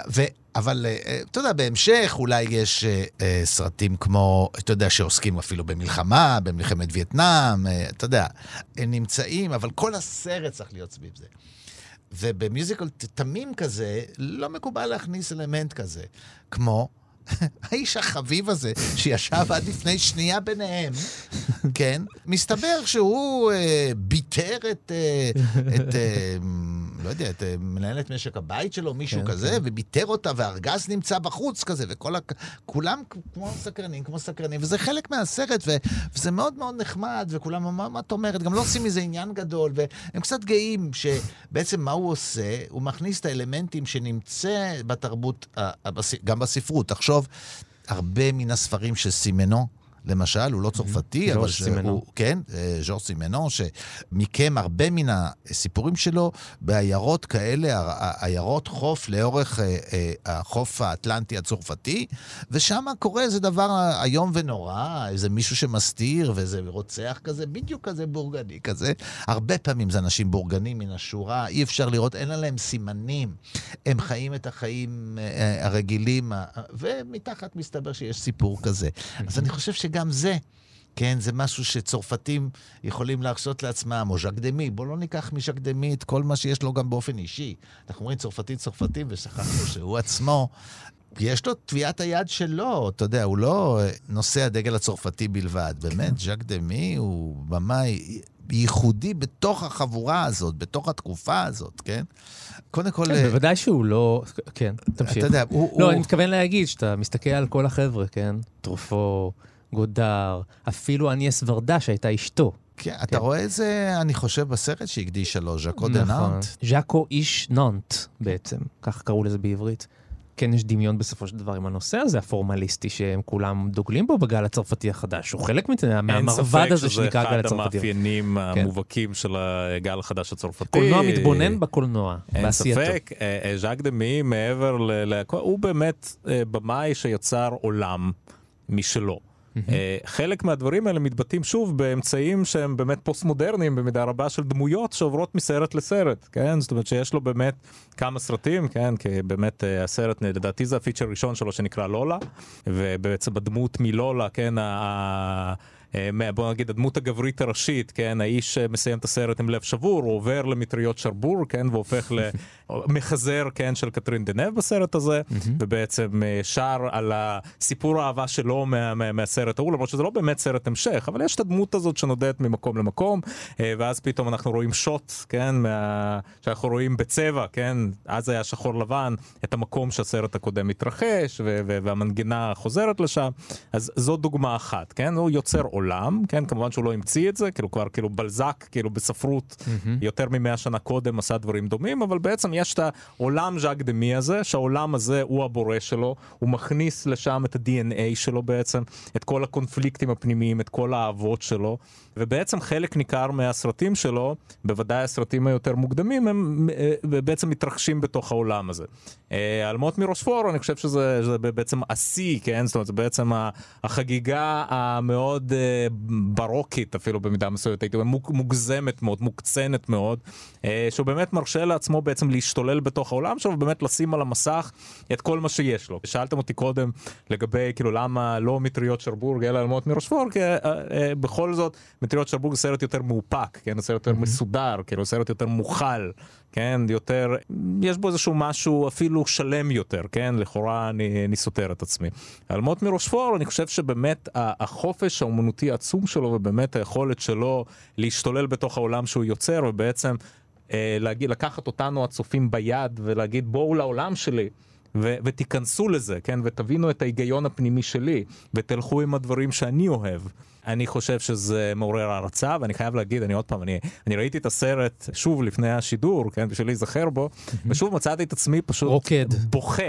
אבל, אתה יודע, בהמשך אולי יש סרטים כמו, אתה יודע, שעוסקים אפילו במלחמה, במלחמת וייטנאם, אתה יודע, הם נמצאים, אבל כל הסרט צריך להיות סביב זה. ובמיוזיקל תמים כזה, לא מקובל להכניס אלמנט כזה, כמו האיש החביב הזה, שישב עד לפני שנייה ביניהם, כן? מסתבר שהוא אה, ביטר את, אה, את אה, לא יודע, את אה, מנהלת משק הבית שלו, מישהו כן, כזה, כן. וביטר אותה, והארגז נמצא בחוץ כזה, וכולם כמו סקרנים, כמו סקרנים, וזה חלק מהסרט, ו, וזה מאוד מאוד נחמד, וכולם אמרו, מה את אומרת? גם לא עושים מזה עניין גדול, והם קצת גאים שבעצם מה הוא עושה, הוא מכניס את האלמנטים שנמצא בתרבות, גם בספרות. תחשוב, הרבה מן הספרים של סימנו, למשל, הוא לא צרפתי, אבל שהוא, כן, ז'ור סימנו, שמיקם הרבה מן הסיפורים שלו בעיירות כאלה, עיירות חוף לאורך החוף האטלנטי הצרפתי, ושם קורה איזה דבר היום ונורא, איזה מישהו שמסתיר, ואיזה רוצח כזה, בדיוק כזה בורגני כזה. הרבה פעמים זה אנשים בורגנים מן השורה, אי אפשר לראות, אין עליהם סימנים, הם חיים את החיים הרגילים, ומתחת מסתבר שיש סיפור כזה. אז אני חושב ש גם זה, כן, זה משהו שצרפתים יכולים להרשות לעצמם, או ז'אק דמי, בוא לא ניקח מז'אק דמי את כל מה שיש לו גם באופן אישי. אנחנו אומרים צרפתית צרפתים, ושכחנו שהוא עצמו, יש לו תביעת היד שלו, אתה יודע, הוא לא נושא הדגל הצרפתי בלבד. באמת, ז'אק דמי הוא במאי ייחודי בתוך החבורה הזאת, בתוך התקופה הזאת, כן? קודם כל... כן, בוודאי שהוא לא... כן, תמשיך. אתה יודע, הוא... לא, אני מתכוון להגיד שאתה מסתכל על כל החבר'ה, כן? טרופו, גודר, אפילו אניאס ורדה שהייתה אשתו. כן, אתה רואה את זה, אני חושב, בסרט שהקדיש לו, ז'אקו דה נאנט. ז'אקו איש נאנט, בעצם, כך קראו לזה בעברית. כן, יש דמיון בסופו של דבר עם הנושא הזה, הפורמליסטי, שהם כולם דוגלים בו בגל הצרפתי החדש. הוא חלק מהמרבד הזה שנקרא גל הצרפתי. אין ספק שזה אחד המאפיינים המובהקים של הגל החדש הצרפתי. קולנוע מתבונן בקולנוע, בעשייתו. אין ספק, ז'אק דמי, מעבר ל... הוא באמת במאי שיצר עולם משלו. חלק מהדברים האלה מתבטאים שוב באמצעים שהם באמת פוסט-מודרניים במידה רבה של דמויות שעוברות מסרט לסרט, כן? זאת אומרת שיש לו באמת כמה סרטים, כן? כי באמת הסרט, לדעתי זה הפיצ'ר הראשון שלו שנקרא לולה, ובעצם בדמות מלולה, כן? בוא נגיד, הדמות הגברית הראשית, כן, האיש מסיים את הסרט עם לב שבור, הוא עובר למטריות שרבור, כן, והופך למחזר, כן, של קטרין דנב בסרט הזה, ובעצם שר על הסיפור האהבה שלו מה, מה, מהסרט ההוא, למרות שזה לא באמת סרט המשך, אבל יש את הדמות הזאת שנודדת ממקום למקום, ואז פתאום אנחנו רואים שוט, כן, מה, שאנחנו רואים בצבע, כן, אז היה שחור לבן, את המקום שהסרט הקודם מתרחש, ו- ו- והמנגינה חוזרת לשם, אז זו דוגמה אחת, כן, הוא יוצר עולם, כן, כמובן שהוא לא המציא את זה, כאילו כבר כאילו בלזק, כאילו בספרות, mm-hmm. יותר ממאה שנה קודם עשה דברים דומים, אבל בעצם יש את העולם ז'אק דמי הזה, שהעולם הזה הוא הבורא שלו, הוא מכניס לשם את ה-די אן איי שלו בעצם, את כל הקונפליקטים הפנימיים, את כל האהבות שלו, ובעצם חלק ניכר מהסרטים שלו, בוודאי הסרטים היותר מוקדמים, הם בעצם מתרחשים בתוך העולם הזה. אלמות מרושפור, אני חושב שזה, שזה בעצם עשי, כן? זאת אומרת, זה בעצם החגיגה המאוד ברוקית, אפילו במידה מסוימת, הייתי אומר, מוגזמת מאוד, מוקצנת מאוד, שהוא באמת מרשה לעצמו בעצם להשתולל בתוך העולם שלו, ובאמת לשים על המסך את כל מה שיש לו. שאלתם אותי קודם לגבי, כאילו, למה לא מטריות שרבורג, אלא אלמות מרושפור, כי בכל זאת, מטריות שרבורג זה סרט יותר מאופק, כן? סרט יותר מסודר, כאילו, סרט יותר מוכל, כן? יותר, יש בו איזשהו משהו אפילו שלם יותר, כן? לכאורה אני, אני סותר את עצמי. אלמות מרושפור, אני חושב שבאמת החופש האומנותי העצום שלו, ובאמת היכולת שלו להשתולל בתוך העולם שהוא יוצר, ובעצם אה, להגיד, לקחת אותנו הצופים ביד, ולהגיד בואו לעולם שלי, ו- ותיכנסו לזה, כן? ותבינו את ההיגיון הפנימי שלי, ותלכו עם הדברים שאני אוהב. אני חושב שזה מעורר הערצה, ואני חייב להגיד, אני עוד פעם, אני, אני ראיתי את הסרט שוב לפני השידור, כן, בשביל להיזכר בו, ושוב מצאתי את עצמי פשוט רוקד. בוכה.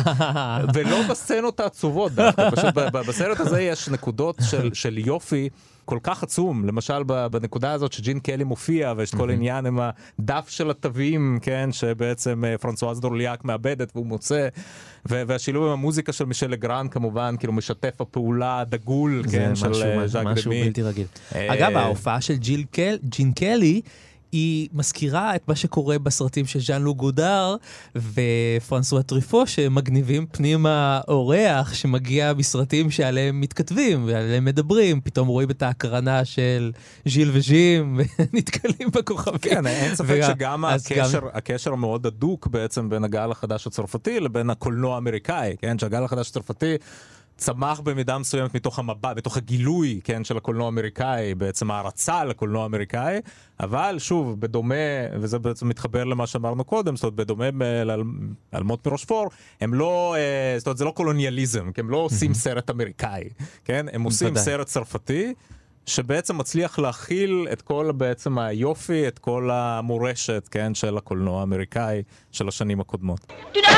ולא בסצנות העצובות דווקא, פשוט בסרט הזה יש נקודות של, של יופי, כל כך עצום, למשל בנקודה הזאת שג'ין קלי מופיע, ויש כל עניין עם הדף של התווים, כן, שבעצם פרנסואז דורליאק מאבדת והוא מוצא, והשילוב עם המוזיקה של מישל לגרן כמובן, כאילו משתף הפעולה דגול, כן, של ז'אק דמי. משהו בלתי רגיל. אגב, ההופעה של ג'ין קלי, היא מזכירה את מה שקורה בסרטים של ז'אן לוק גודר ופרנסואה טריפו, שמגניבים פנימה אורח שמגיע בסרטים שעליהם מתכתבים ועליהם מדברים, פתאום רואים את ההקרנה של ז'יל וז'ים ונתקלים בכוכבים. כן, אין ספק שגם הקשר, הקשר המאוד הדוק בעצם בין הגל החדש הצרפתי לבין הקולנוע האמריקאי, כן, שהגל החדש הצרפתי צמח במידה מסוימת מתוך המבט, מתוך הגילוי, כן, של הקולנוע האמריקאי, בעצם הערצה לקולנוע האמריקאי, אבל שוב, בדומה, וזה בעצם מתחבר למה שאמרנו קודם, זאת אומרת, בדומה לאלמות מרושפור, הם לא, זאת אומרת, זה לא קולוניאליזם, כי הם לא עושים סרט אמריקאי, כן, הם עושים סרט צרפתי, שבעצם מצליח להכיל את כל בעצם היופי, את כל המורשת, כן, של הקולנוע האמריקאי של השנים הקודמות.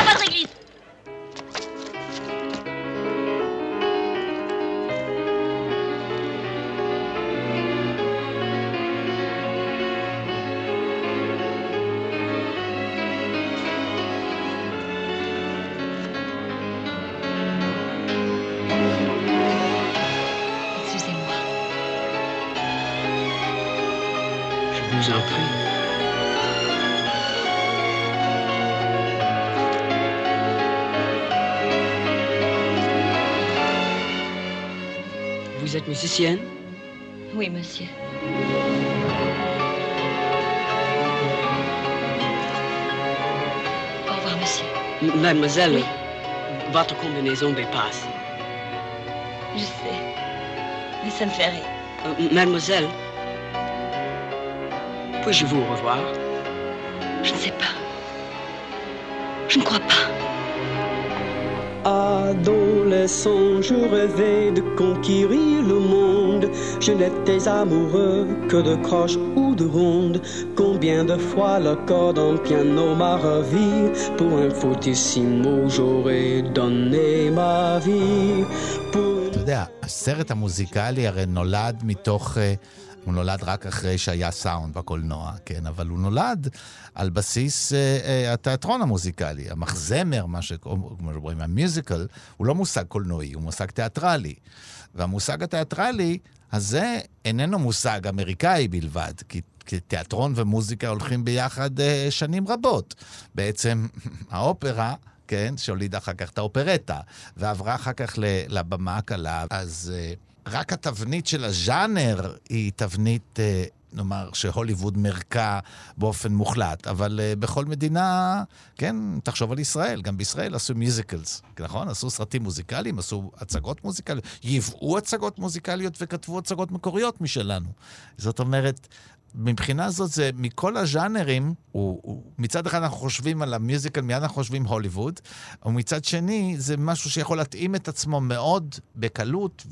Vous êtes musicienne? Oui, monsieur. Au revoir, monsieur. Mademoiselle, oui. Votre combinaison dépasse. Je sais, mais ça me fait rire. Euh, mademoiselle, puis-je vous revoir? Je ne sais pas. Je ne crois pas. Adolescent, je rêvais de conquérir le monde. Je n'étais amoureux que de croche ou de ronde. Combien de fois le corde en piano m'a ravi. Pour un fortissimo, j'aurais donné ma vie. אתה יודע, הסרט המוזיקלי הרי נולד מתוך... הוא נולד רק אחרי שהיה סאונד בקולנוע, כן? אבל הוא נולד על בסיס אה, אה, התיאטרון המוזיקלי, המחזמר, מה שאומרים, המיוזיקל, הוא לא מושג קולנועי, הוא מושג תיאטרלי. והמושג התיאטרלי הזה איננו מושג אמריקאי בלבד, כי, כי תיאטרון ומוזיקה הולכים ביחד אה, שנים רבות. בעצם האופרה, כן, שהוליד אחר כך את האופרטה, ועברה אחר כך לבמה הקלה, אז... אה, רק התבנית של הז'אנר היא תבנית, נאמר, שהוליווד מרקה באופן מוחלט, אבל בכל מדינה, כן, תחשוב על ישראל, גם בישראל עשו מיוזיקלס, נכון? עשו סרטים מוזיקליים, עשו הצגות מוזיקליות, ייבאו הצגות מוזיקליות וכתבו הצגות מקוריות משלנו. זאת אומרת, מבחינה זאת זה, מכל הז'אנרים, הוא, הוא, מצד אחד אנחנו חושבים על המיוזיקל, מיד אנחנו חושבים הוליווד, ומצד שני זה משהו שיכול להתאים את עצמו מאוד בקלות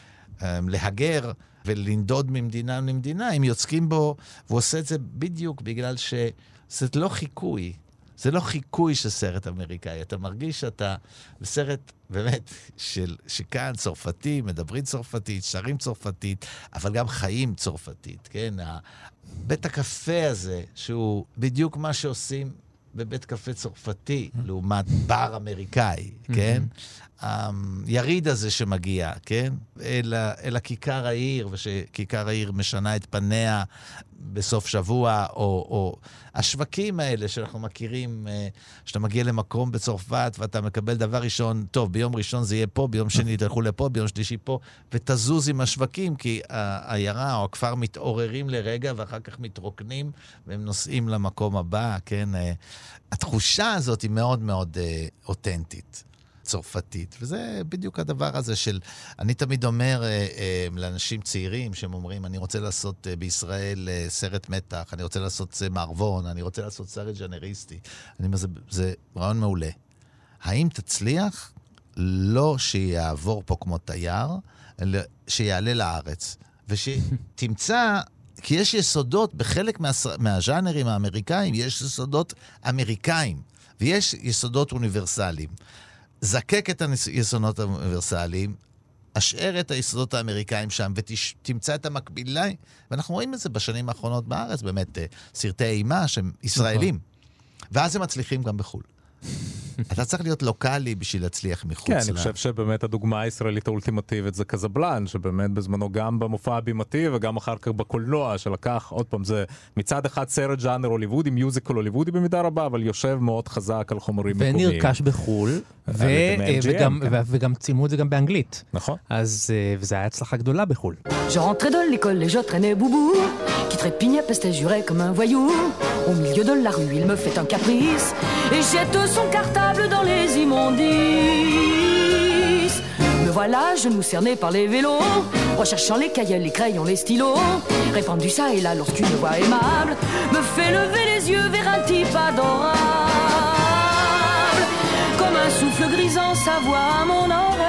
ולהגר ולנדוד ממדינה למדינה, אם יוצקים בו, והוא עושה את זה בדיוק בגלל שזה לא חיקוי, זה לא חיקוי של סרט אמריקאי, אתה מרגיש שאתה בסרט באמת של, שכאן צרפתי, מדברים צרפתית, שרים צרפתית, אבל גם חיים צרפתית, כן? בית הקפה הזה, שהוא בדיוק מה שעושים בבית קפה צרפתי, לעומת בר אמריקאי, כן? היריד הזה שמגיע, כן? אל, אל הכיכר העיר, ושכיכר העיר משנה את פניה בסוף שבוע, או, או השווקים האלה שאנחנו מכירים, שאתה מגיע למקום בצרפת, ואתה מקבל דבר ראשון, טוב, ביום ראשון זה יהיה פה, ביום שני תלכו לפה, ביום שלישי פה, ותזוז עם השווקים, כי העיירה או הכפר מתעוררים לרגע, ואחר כך מתרוקנים, והם נוסעים למקום הבא, כן? התחושה הזאת היא מאוד מאוד אותנטית. צרפתית, וזה בדיוק הדבר הזה של, אני תמיד אומר אה, אה, לאנשים צעירים שהם אומרים, אני רוצה לעשות אה, בישראל אה, סרט מתח, אני רוצה לעשות אה, מערבון, אני רוצה לעשות סרט ג'אנריסטי. אני אומר, זה, זה רעיון מעולה. האם תצליח? לא שיעבור פה כמו תייר, אלא שיעלה לארץ, ושתמצא, כי יש יסודות, בחלק מה, מהז'אנרים האמריקאים, יש יסודות אמריקאים, ויש יסודות אוניברסליים. זקק את היסודות האוניברסליים, אשאר את היסודות האמריקאים שם, ותמצא את המקבילה, ואנחנו רואים את זה בשנים האחרונות בארץ, באמת, סרטי אימה שהם ישראלים. ואז הם מצליחים גם בחו"ל. אתה צריך להיות לוקלי בשביל להצליח מחוץ. כן, אני חושב שבאמת הדוגמה הישראלית האולטימטיבית זה קזבלן, שבאמת בזמנו גם במופע הבימתי וגם אחר כך בקולנוע, שלקח, עוד פעם, זה מצד אחד סרט ז'אנר הוליוודי, מיוזיקל הוליוודי במידה רבה, אבל יושב מאוד חזק על חומרים מקומיים. ונרכש בחול, וגם צילמו את זה גם באנגלית. נכון. אז זה היה הצלחה גדולה בחול. Je rentrais de l'école et je traînais Boubou, qui trépignait, pestait, jurait comme un voyou. Au milieu de la rue, il me fait un caprice et jette son cartable dans les immondices. Me voilà, genoux cernés par les vélos, recherchant les cahiers, les crayons, les stylos, répandu ça et là lorsqu'une voix aimable me fait lever les yeux vers un type adorable. Comme un souffle grisant sa voix à mon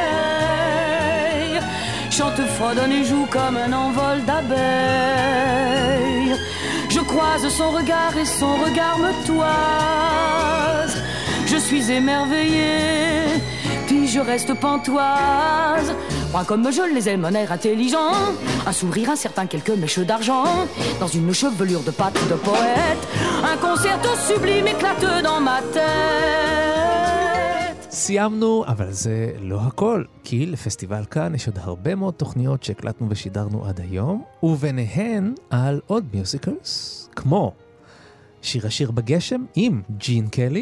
oreille, chante, fredonne et joue comme un envol d'abeilles. Je croise son regard et son regard me toise. Je suis émerveillée, puis je reste pantoise. Point comme je les aime, un air intelligent, un sourire incertain, quelques mèches d'argent, dans une chevelure de pâte de poète, un concerto sublime éclate dans ma tête. סיימנו, אבל זה לא הכל, כי לפסטיבל כאן יש עוד הרבה מאוד תוכניות שהקלטנו ושידרנו עד היום, וביניהן על עוד מיוזיקלס, כמו שיר השיר בגשם עם ג'ין קלי,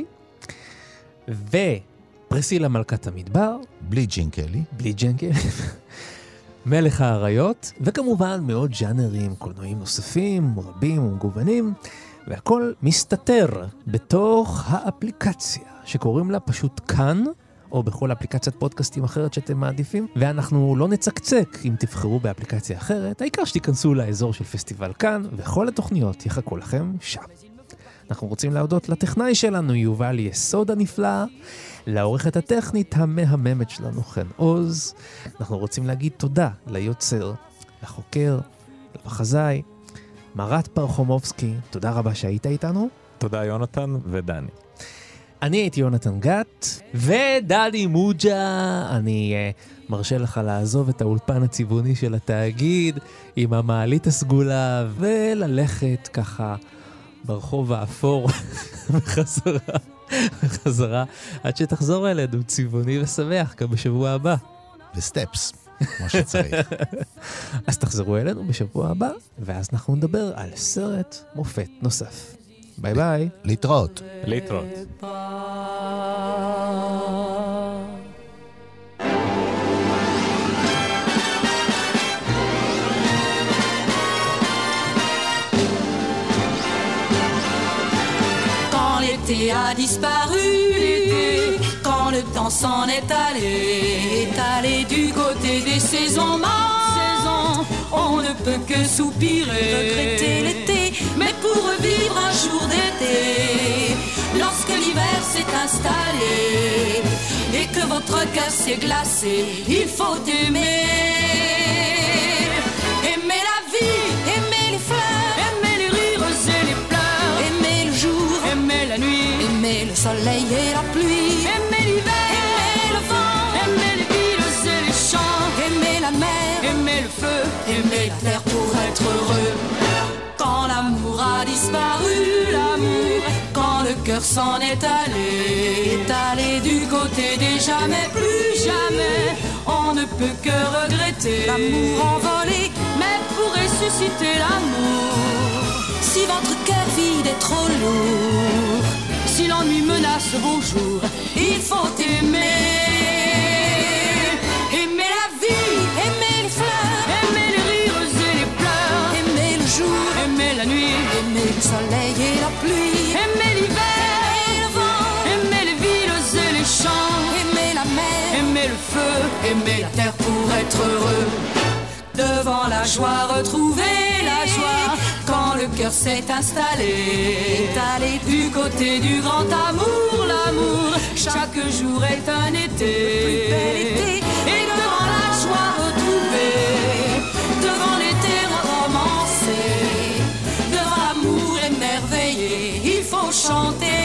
ופרסילה מלכת המדבר. בלי ג'ין קלי. בלי ג'ין קלי. מלך האריות, וכמובן מאוד ז'אנרים, קולנועים נוספים, רבים ומגוונים, והכל מסתתר בתוך האפליקציה, שקוראים לה פשוט כאן, או בכל אפליקציית פודקאסטים אחרת שאתם מעדיפים, ואנחנו לא נצקצק אם תבחרו באפליקציה אחרת, העיקר שתיכנסו לאזור של פסטיבל כאן, וכל התוכניות יחכו לכם שם. אנחנו רוצים להודות לטכנאי שלנו, יובל יסוד הנפלא, לעורכת הטכנית המהממת שלנו, חן עוז. אנחנו רוצים להגיד תודה ליוצר, לחוקר, למחזאי, מרת פרחומובסקי, תודה רבה שהיית איתנו. תודה יונתן ודני. אני הייתי יונתן גת, ודני מוג'ה, אני uh, מרשה לך לעזוב את האולפן הצבעוני של התאגיד, עם המעלית הסגולה, וללכת ככה ברחוב האפור, בחזרה, בחזרה, עד שתחזור אלינו צבעוני ושמח, גם בשבוע הבא. וסטפס, כמו שצריך. אז תחזרו אלינו בשבוע הבא, ואז אנחנו נדבר על סרט מופת נוסף. ביי ביי. להתראות. להתראות. le temps s'en est allé, est allé du côté des saisons mortes. Saisons, on ne peut que soupirer, regretter l'été, mais pour revivre un jour d'été, lorsque l'hiver s'est installé et que votre cœur s'est glacé, il faut aimer. Aimer la vie, aimer les fleurs, aimer les rires et les pleurs, aimer le jour, aimer la nuit, aimer le soleil et la pluie, aimer l'hiver, aimer le vent, aimer les villes et les champs, aimer la mer, aimer le feu, aimer la terre pour être heureux. Quand l'amour a disparu, l'amour, quand le cœur s'en est allé, est allé du côté des jamais, plus jamais, on ne peut que regretter l'amour envolé, mais pour ressusciter l'amour, si votre cœur vide est trop lourd, si l'ennui menace vos jours, il faut aimer. Aimer la vie, aimer les fleurs, aimer les rires et les pleurs, aimer le jour, aimer la nuit, aimer le soleil et la pluie, aimer l'hiver, aimer le vent, aimer les villes et les champs, aimer la mer, aimer le feu, aimer la terre pour être heureux. Devant la joie, retrouver la joie, quand le cœur s'est installé, étalé du côté du grand amour, l'amour, chaque jour est un été, plus bel été, et devant la joie retrouvée, devant l'été romancé, devant l'amour émerveillé, il faut chanter.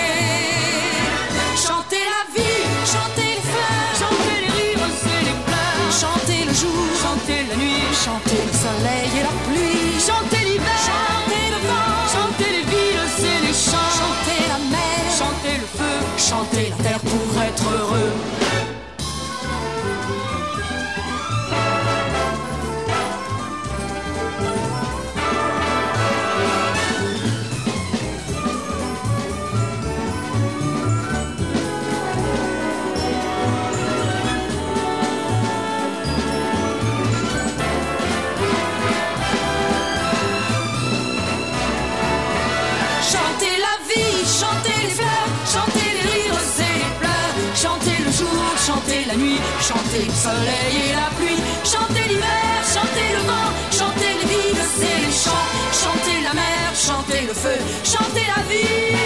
Chanter la vie, chanter les fleurs, chanter les rires et les pleurs, chanter le jour, chanter la nuit, chanter le soleil et la pluie, chanter l'hiver, chanter le vent, chanter les villes et les champs, chanter la mer, chanter le feu, chanter la terre pour être heureux. Chanter la nuit, chanter le soleil et la pluie, chanter l'hiver, chanter le vent, chanter les villes et les champs, chanter la mer, chanter le feu, chanter la vie.